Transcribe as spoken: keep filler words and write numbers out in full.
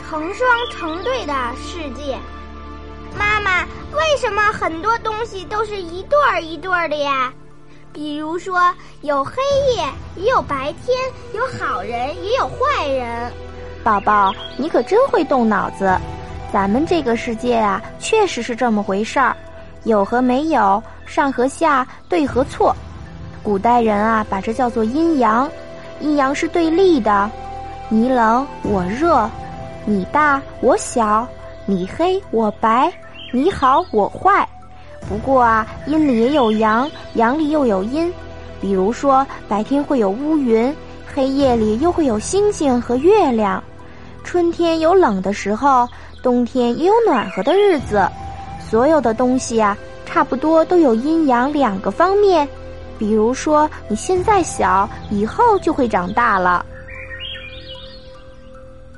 成双成对的世界。妈妈，为什么很多东西都是一对儿一对儿的呀？比如说，有黑夜，也有白天，有好人，也有坏人。 宝宝，你可真会动脑子。咱们这个世界啊，确实是这么回事儿，有和没有，上和下，对和错。古代人啊，把这叫做阴阳，阴阳是对立的，你冷我热，你大我小，你黑我白，你好我坏。不过啊，阴里也有阳，阳里又有阴。比如说，白天会有乌云，黑夜里又会有星星和月亮。春天有冷的时候，冬天也有暖和的日子。所有的东西啊，差不多都有阴阳两个方面。比如说，你现在小，以后就会长大了。